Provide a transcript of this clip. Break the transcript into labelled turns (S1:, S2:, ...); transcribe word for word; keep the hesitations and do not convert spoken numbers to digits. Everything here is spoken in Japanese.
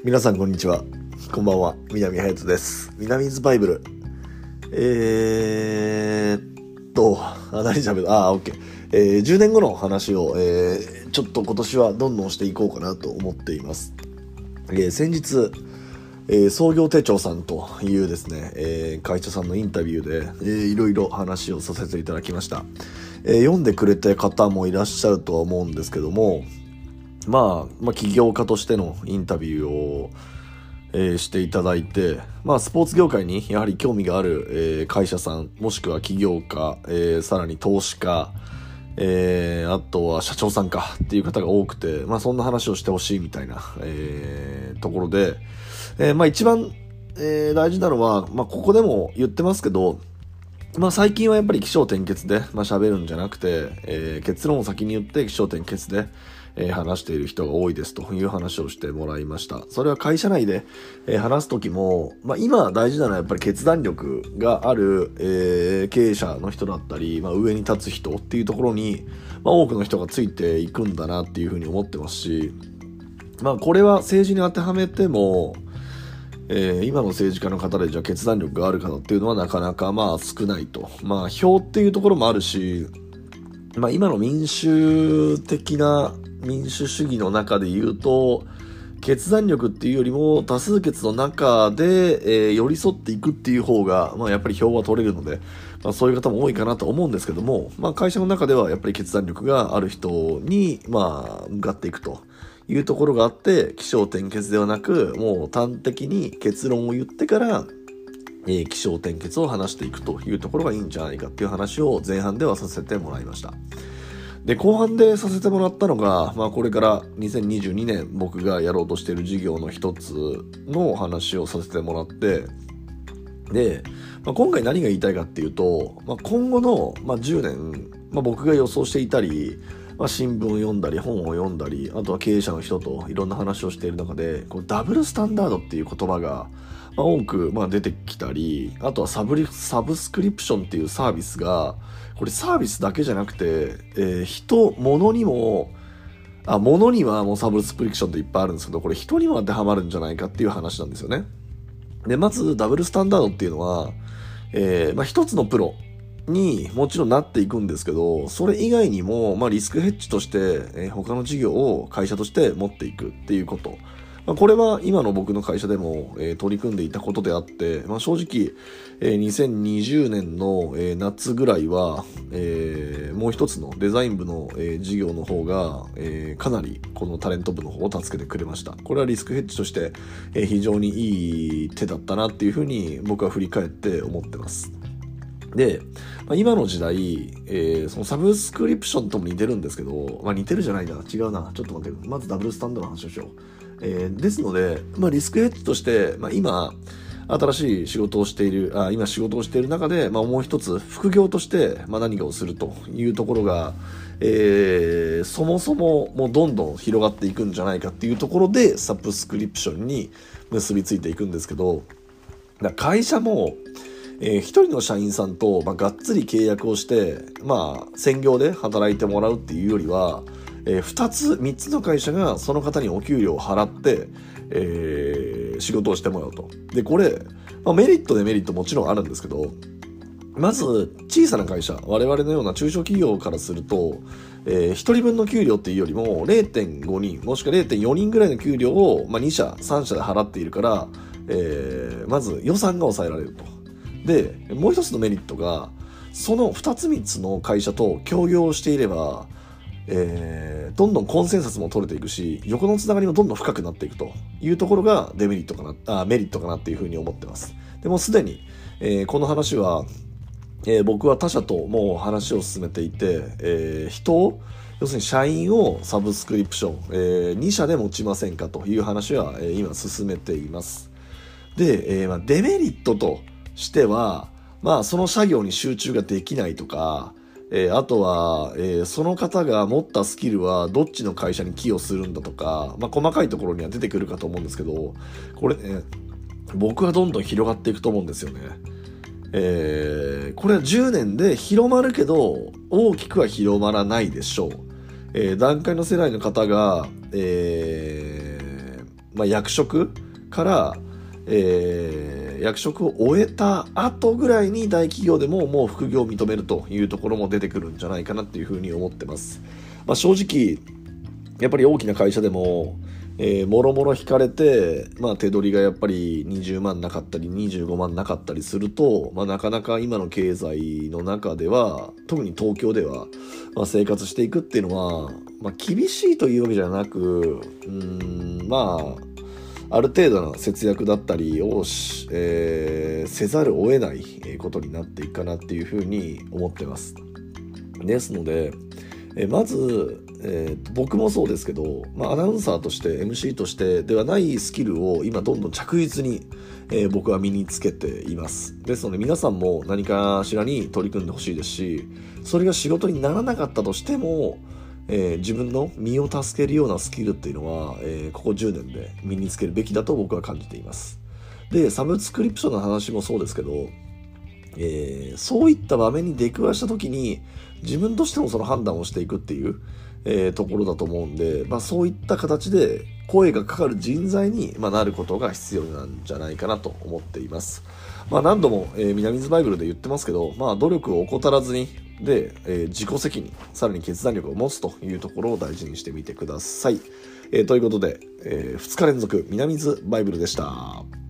S1: 皆さんこんにちは、こんばんは。南隼人です。南ズバイブル。えーっとあ何喋るあー OK、えー、じゅうねんごの話を、えー、ちょっと今年はどんどんしていこうかなと思っています。えー、先日、えー、創業手帳さんというですね、えー、会社さんのインタビューで、えー、いろいろ話をさせていただきました。えー、読んでくれた方もいらっしゃるとは思うんですけども、まあ、まあ起業家としてのインタビューを、えーしていただいて、まあ、スポーツ業界にやはり興味がある、えー会社さんもしくは起業家、えーさらに投資家、えーあとは社長さんかっていう方が多くて、まあ、そんな話をしてほしいみたいな、えーところで、えーまあ、一番、えー大事なのは、まあ、ここでも言ってますけど、まあ最近はやっぱり起承転結で、まあ喋るんじゃなくて、えー結論を先に言って起承転結で、えー話している人が多いですという話をしてもらいました。それは会社内で、えー話すときも、まあ今大事なのはやっぱり決断力がある、えー経営者の人だったり、まあ上に立つ人っていうところに、まあ多くの人がついていくんだなっていうふうに思ってますし、まあこれは政治に当てはめても、えー今の政治家の方でじゃあ決断力がある方っていうのはなかなかまあ少ないと。まあ票っていうところもあるし、まあ今の民主的な民主主義の中で言うと、決断力っていうよりも多数決の中で、えー寄り添っていくっていう方が、まあやっぱり票は取れるので、まあそういう方も多いかなと思うんですけども、まあ会社の中ではやっぱり決断力がある人に、まあ向かっていくと。いうところがあって、起承転結ではなく、もう端的に結論を言ってから、えー、起承転結を話していくというところがいいんじゃないかっていう話を前半ではさせてもらいました。で、後半でさせてもらったのが、まあこれからにせんにじゅうにねん僕がやろうとしている事業の一つの話をさせてもらって、で、まあ、今回何が言いたいかっていうと、まあ、今後の、まあ、じゅうねん、まあ、僕が予想していたり、まあ、新聞を読んだり本を読んだり、あとは経営者の人といろんな話をしている中で、こうダブルスタンダードっていう言葉が、まあ、多く、まあ、出てきたり、あとはサブリサブスクリプションっていうサービスが、これサービスだけじゃなくて、えー人、物にも、あ、物にはもうサブスクリプションっていっぱいあるんですけど、これ人にも当てはまるんじゃないかっていう話なんですよね。で、まずダブルスタンダードっていうのは、えーまあ、一つのプロにもちろんなっていくんですけど、それ以外にも、まあ、リスクヘッジとして、えー他の事業を会社として持っていくっていうこと。まあ、これは今の僕の会社でも、えー取り組んでいたことであって、まあ、正直、えーにせんにじゅうねんの、えー夏ぐらいは、えーもう一つのデザイン部の、えー事業の方が、えーかなりこのタレント部の方を助けてくれました。これはリスクヘッジとして、えー非常にいい手だったなっていうふうに僕は振り返って思ってます。で、まあ、今の時代、えーそのサブスクリプションとも似てるんですけど、まあ、似てるじゃないな、違うな、ちょっと待って、まずダブルスタンダードの話をしよう。えーですので、まあ、リスクヘッジとして、まあ、今、新しい仕事をしている、あ今仕事をしている中で、まあ、もう一つ、副業として、まあ、何かをするというところが、えーそもそももうどんどん広がっていくんじゃないかっていうところで、サブスクリプションに結びついていくんですけど、だから会社も、えー一人の社員さんと、まあ、がっつり契約をして、まあ、専業で働いてもらうっていうよりは、えー、二つ、三つの会社がその方にお給料を払って、えー仕事をしてもらうと。で、これ、まあ、メリットデメリットもちろんあるんですけど、まず、小さな会社、我々のような中小企業からすると、えー、一人分の給料っていうよりも れいてんごにん、もしくは れいてんよにんぐらいの給料を、まあ、に社、さん社で払っているから、えーまず予算が抑えられると。で、もう一つのメリットが、その二つ三つの会社と協業をしていれば、えーどんどんコンセンサスも取れていくし、横のつながりもどんどん深くなっていくというところがデメリットかな、あメリットかなっていうふうに思ってます。でもすでに、えーこの話は、えー僕は他社ともう話を進めていて、えー人を、要するに社員をサブスクリプション、えーに社で持ちませんかという話は、えー今進めています。で、えーまあ、デメリットとしては、まあ、その作業に集中ができないとか、えーあとは、えーその方が持ったスキルはどっちの会社に寄与するんだとか、まあ、細かいところには出てくるかと思うんですけど、これね、僕はどんどん広がっていくと思うんですよね。えーこれはじゅうねんで広まるけど、大きくは広まらないでしょう。えー段階の世代の方が、えーまあ、役職から、えー、役職を終えた後ぐらいに大企業でももう副業を認めるというところも出てくるんじゃないかなっていうふうに思ってます。まあ、正直やっぱり大きな会社でも、えー、もろもろ引かれて、まあ、手取りがやっぱりにじゅうまんなかったりにじゅうごまんなかったりすると、まあ、なかなか今の経済の中では特に東京では、まあ、生活していくっていうのは、まあ、厳しいというわけじゃなく、うーんまあある程度の節約だったりをし、えー、せざるを得ないことになっていくかなっていうふうに思ってます。ですので、えまず、えー、僕もそうですけど、まあ、アナウンサーとして エムシー としてではないスキルを今どんどん着実に、えー、僕は身につけています。ですので皆さんも何かしらに取り組んでほしいですし、それが仕事にならなかったとしても、えー、自分の身を助けるようなスキルっていうのは、えー、ここじゅうねんで身につけるべきだと僕は感じています。で、サブスクリプションの話もそうですけど、えー、そういった場面に出くわした時に自分としてもその判断をしていくっていう、えー、ところだと思うんで、まあ、そういった形で声がかかる人材に、まあ、なることが必要なんじゃないかなと思っています。まあ、何度も、えー、南水バイブルで言ってますけど、まあ、努力を怠らずにで、えー、自己責任、さらに決断力を持つというところを大事にしてみてください。えー、ということで、えー、ふつか連続南水バイブルでした。